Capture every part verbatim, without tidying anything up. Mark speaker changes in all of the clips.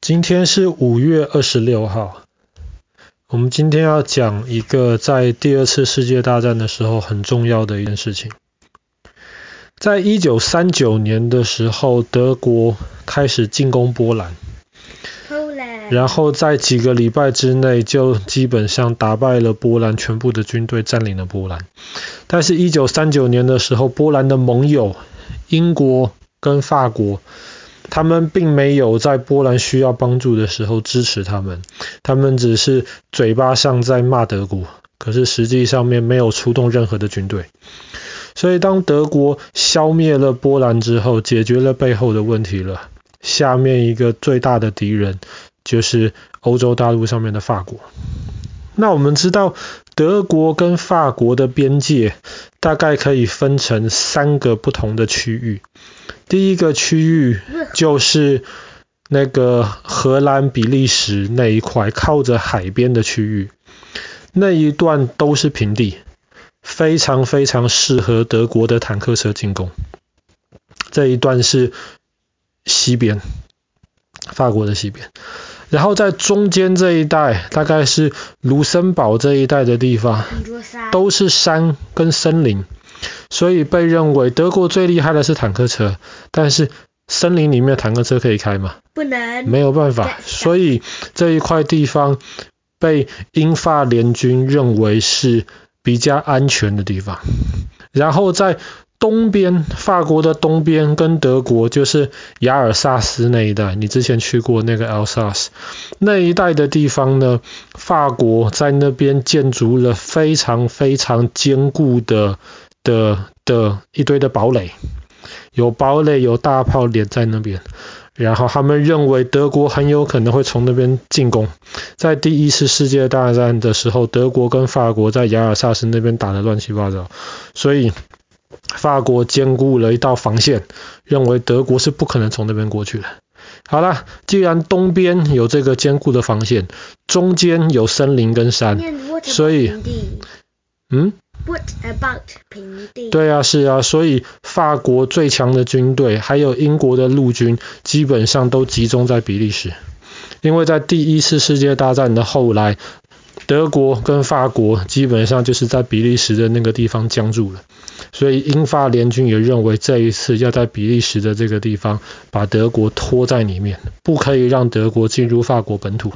Speaker 1: 今天是五月二十六号，我们今天要讲一个在第二次世界大战的时候很重要的一件事情。在一九三九年的时候，德国开始进攻波兰，然后在几个礼拜之内就基本上打败了波兰全部的军队，占领了波兰。但是一九三九年的时候，波兰的盟友英国跟法国，他们并没有在波兰需要帮助的时候支持他们，他们只是嘴巴上在骂德国，可是实际上面没有出动任何的军队。所以当德国消灭了波兰之后，解决了背后的问题了，下面一个最大的敌人就是欧洲大陆上面的法国。那我们知道德国跟法国的边界大概可以分成三个不同的区域。第一个区域就是那个荷兰比利时那一块靠着海边的区域，那一段都是平地，非常非常适合德国的坦克车进攻。这一段是西边，法国的西边。然后在中间这一带，大概是卢森堡这一带的地方，都是山跟森林，所以被认为德国最厉害的是坦克车，但是森林里面坦克车可以开吗？
Speaker 2: 不能，
Speaker 1: 没有办法。所以这一块地方被英法联军认为是比较安全的地方。然后在东边，法国的东边跟德国就是雅尔萨斯那一带，你之前去过那个 Alsace 那一带的地方呢，法国在那边建筑了非常非常坚固的的的一堆的堡垒，有堡垒有大炮连在那边，然后他们认为德国很有可能会从那边进攻。在第一次世界大战的时候，德国跟法国在雅尔萨斯那边打得乱七八糟，所以法国坚固了一道防线，认为德国是不可能从那边过去的。好了，既然东边有这个坚固的防线，中间有森林跟山，所以嗯
Speaker 2: What about 平地？
Speaker 1: 对啊，是啊，所以法国最强的军队还有英国的陆军基本上都集中在比利时。因为在第一次世界大战的后来，德国跟法国基本上就是在比利时的那个地方僵住了，所以英法联军也认为这一次要在比利时的这个地方把德国拖在里面，不可以让德国进入法国本土。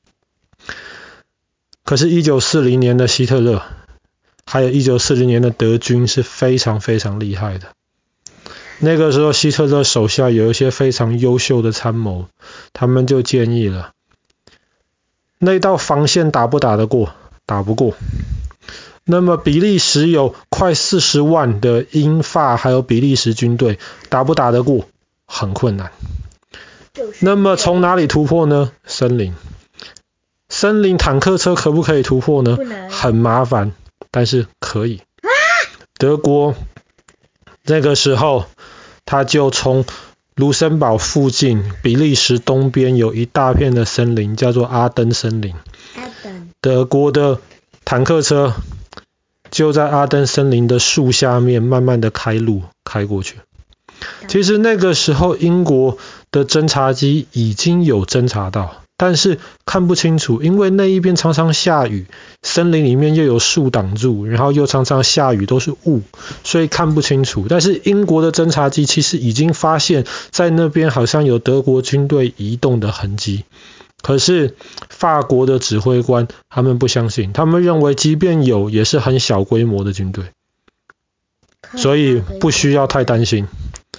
Speaker 1: 可是一九四零年的希特勒还有一九四零年的德军是非常非常厉害的。那个时候希特勒手下有一些非常优秀的参谋，他们就建议了，那道防线打不打得过？打不过。那么比利时有快四十万的英法还有比利时军队，打不打得过？很困难。那么从哪里突破呢？森林。森林坦克车可不可以突破呢？很麻烦，但是可以。德国那个时候他就从卢森堡附近比利时东边有一大片的森林，叫做阿登森林。德国的坦克车就在阿登森林的树下面慢慢的开路开过去。其实那个时候英国的侦察机已经有侦察到，但是看不清楚，因为那一边常常下雨，森林里面又有树挡住，然后又常常下雨，都是雾，所以看不清楚。但是英国的侦察机其实已经发现在那边好像有德国军队移动的痕迹，可是法国的指挥官他们不相信，他们认为即便有也是很小规模的军队，所以不需要太担心。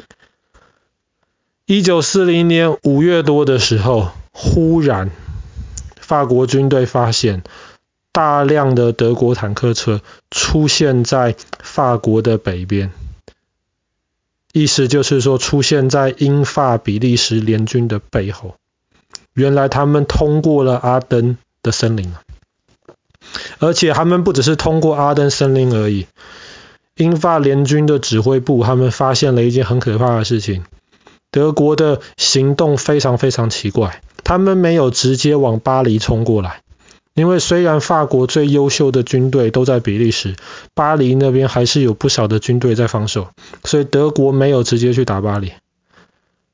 Speaker 1: 一九四零年五月多的时候，忽然法国军队发现大量的德国坦克车出现在法国的北边，意思就是说出现在英法比利时联军的背后。原来他们通过了阿登的森林，而且他们不只是通过阿登森林而已。英法联军的指挥部他们发现了一件很可怕的事情，德国的行动非常非常奇怪，他们没有直接往巴黎冲过来，因为虽然法国最优秀的军队都在比利时，巴黎那边还是有不少的军队在防守，所以德国没有直接去打巴黎。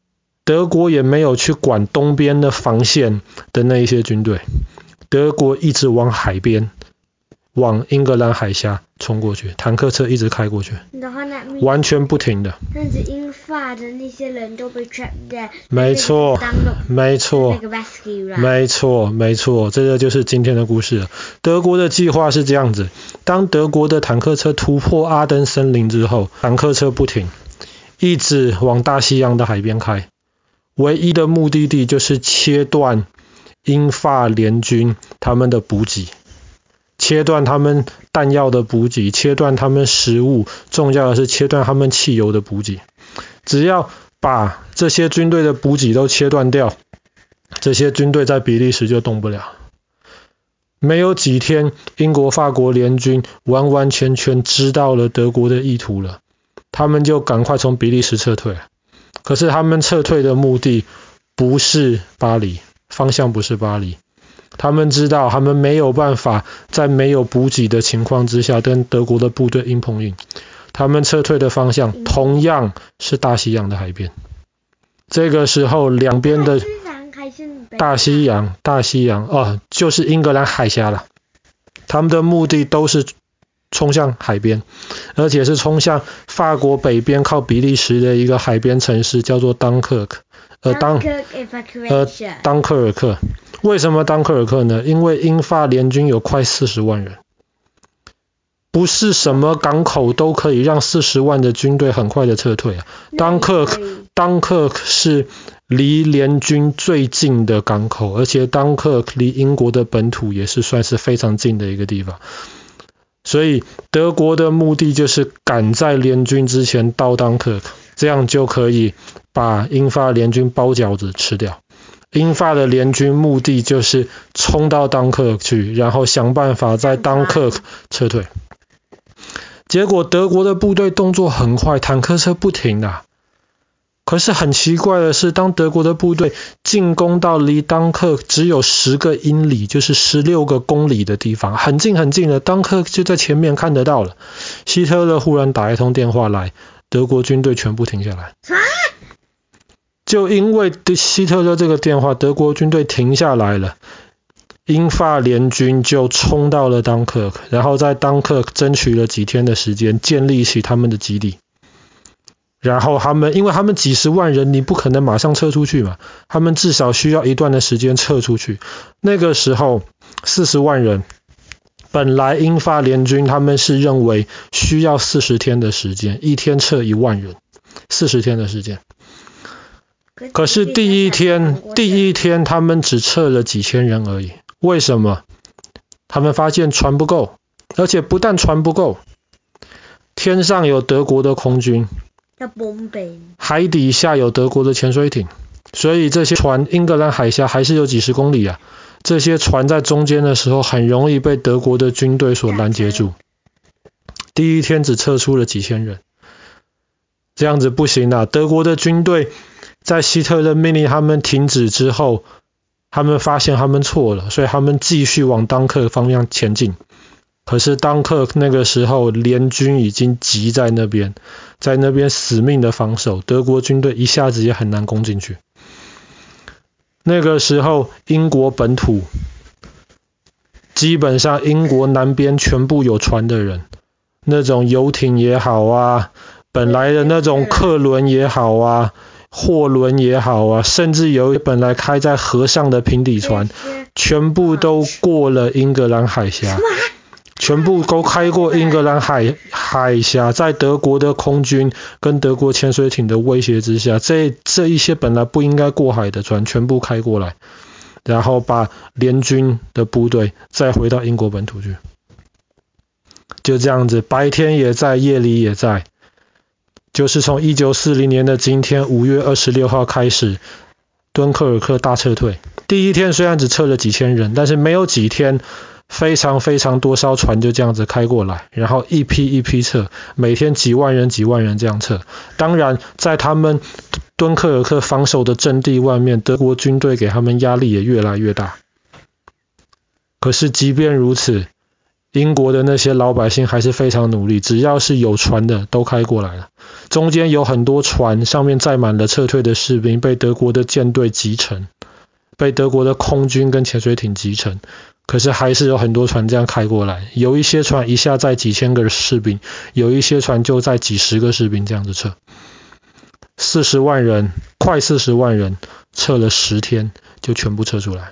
Speaker 1: 德国也没有去管东边的防线的那一些军队，德国一直往海边，往英格兰海峡冲过去，坦克车一直开过去，
Speaker 2: 然后那
Speaker 1: 完全不停的。
Speaker 2: 那只英法的那些人都被 trap 在，
Speaker 1: 没错，没错，
Speaker 2: 那个 rescue 啦，
Speaker 1: 没错，没错，这个就是今天的故事了。德国的计划是这样子，当德国的坦克车突破阿登森林之后，坦克车不停，一直往大西洋的海边开，唯一的目的地就是切断英法联军他们的补给，切断他们弹药的补给，切断他们食物，重要的是切断他们汽油的补给。只要把这些军队的补给都切断掉，这些军队在比利时就动不了。没有几天，英国法国联军完完全全知道了德国的意图了，他们就赶快从比利时撤退了。可是他们撤退的目的不是巴黎，方向不是巴黎，他们知道他们没有办法在没有补给的情况之下跟德国的部队硬碰硬，他们撤退的方向同样是大西洋的海边。这个时候两边的大西洋大西洋哦，就是英格兰海峡了，他们的目的都是冲向海边，而且是冲向法国北边靠比利时的一个海边城市叫做当克克呃当呃当克尔克。为什么当克尔克呢？因为英法联军有快四十万人，不是什么港口都可以让四十万的军队很快的撤退啊。当克当克是离联军最近的港口，而且当克离英国的本土也是算是非常近的一个地方。所以德国的目的就是赶在联军之前到当克，这样就可以把英法联军包饺子吃掉。英法的联军目的就是冲到当克去，然后想办法在当克撤退。结果德国的部队动作很快，坦克车不停的。可是很奇怪的是，当德国的部队进攻到离当克只有十个英里，就是十六个公里的地方，很近很近的，当克就在前面看得到了。希特勒忽然打一通电话来，德国军队全部停下来。就因为希特勒这个电话，德国军队停下来了，英法联军就冲到了当克，然后在当克争取了几天的时间，建立起他们的基地。然后他们因为他们几十万人，你不可能马上撤出去嘛，他们至少需要一段的时间撤出去。那个时候四十万人，本来英法联军他们是认为需要四十天的时间，一天撤一万人，四十天的时间。可是第一天第一天他们只撤了几千人而已。为什么？他们发现船不够，而且不但船不够，天上有德国的空军，海底下有德国的潜水艇，所以这些船，英格兰海峡还是有几十公里啊，这些船在中间的时候很容易被德国的军队所拦截住。第一天只撤出了几千人，这样子不行啊。德国的军队在希特勒命令他们停止之后，他们发现他们错了，所以他们继续往当克方向前进。可是当克那个时候联军已经集在那边，在那边死命的防守，德国军队一下子也很难攻进去。那个时候英国本土基本上英国南边全部有船的人，那种游艇也好啊，本来的那种客轮也好啊，货轮也好啊，甚至有本来开在河上的平底船，全部都过了英格兰海峡，全部都开过英格兰海海峡，在德国的空军跟德国潜水艇的威胁之下，这这一些本来不应该过海的船全部开过来，然后把联军的部队再回到英国本土去。就这样子，白天也在，夜里也在。就是从一九四零年的今天五月二十六号开始，敦刻尔克大撤退。第一天虽然只撤了几千人，但是没有几天，非常非常多艘船就这样子开过来，然后一批一批撤，每天几万人几万人这样撤。当然在他们敦刻尔克防守的阵地外面，德国军队给他们压力也越来越大。可是即便如此， 英国的那些老百姓还是非常努力，只要是有船的都开过来了。中间有很多船上面载满了撤退的士兵，被德国的舰队击沉，被德国的空军跟潜水艇击沉。可是还是有很多船这样开过来，有一些船一下载几千个士兵，有一些船就载几十个士兵这样子撤。四十万人，快四十万人，撤了十天就全部撤出来。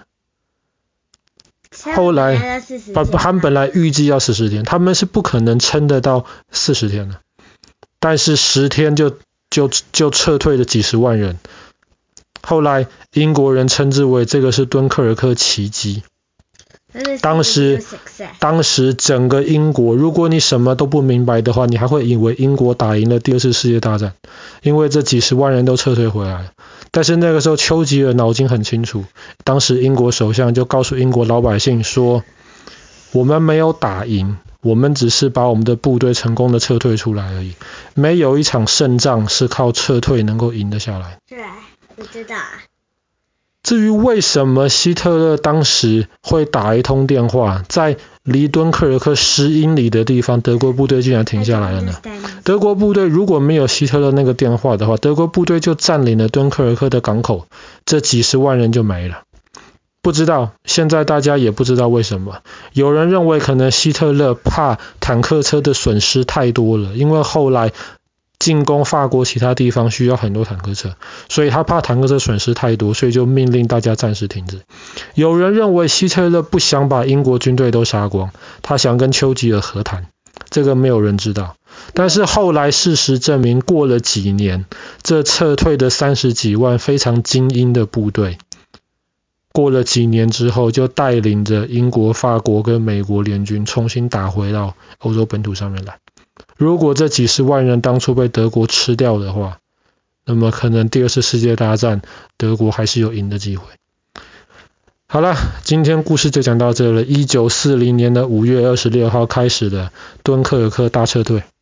Speaker 1: 后来他们本来预计要四十天，他们是不可能撑得到四十天的，但是十天就就就撤退了几十万人。后来英国人称之为这个是敦刻尔克奇迹。当时当时整个英国，如果你什么都不明白的话，你还会以为英国打赢了第二次世界大战，因为这几十万人都撤退回来了。但是那个时候丘吉尔脑筋很清楚，当时英国首相就告诉英国老百姓说，我们没有打赢，我们只是把我们的部队成功的撤退出来而已，没有一场胜仗是靠撤退能够赢得下来。
Speaker 2: 对，我知道。
Speaker 1: 至于为什么希特勒当时会打一通电话，在离敦刻尔克十英里的地方，德国部队竟然停下来了呢？德国部队如果没有希特勒那个电话的话，德国部队就占领了敦刻尔克的港口，这几十万人就没了。不知道，现在大家也不知道为什么。有人认为可能希特勒怕坦克车的损失太多了，因为后来进攻法国其他地方需要很多坦克车，所以他怕坦克车损失太多，所以就命令大家暂时停止。有人认为希特勒不想把英国军队都杀光，他想跟丘吉尔和谈，这个没有人知道。但是后来事实证明，过了几年，这撤退的三十几万非常精英的部队，过了几年之后就带领着英国、法国跟美国联军重新打回到欧洲本土上面来。如果这几十万人当初被德国吃掉的话，那么可能第二次世界大战德国还是有赢的机会。好了，今天故事就讲到这了。一九四零年的五月二十六号开始的敦刻尔克大撤退。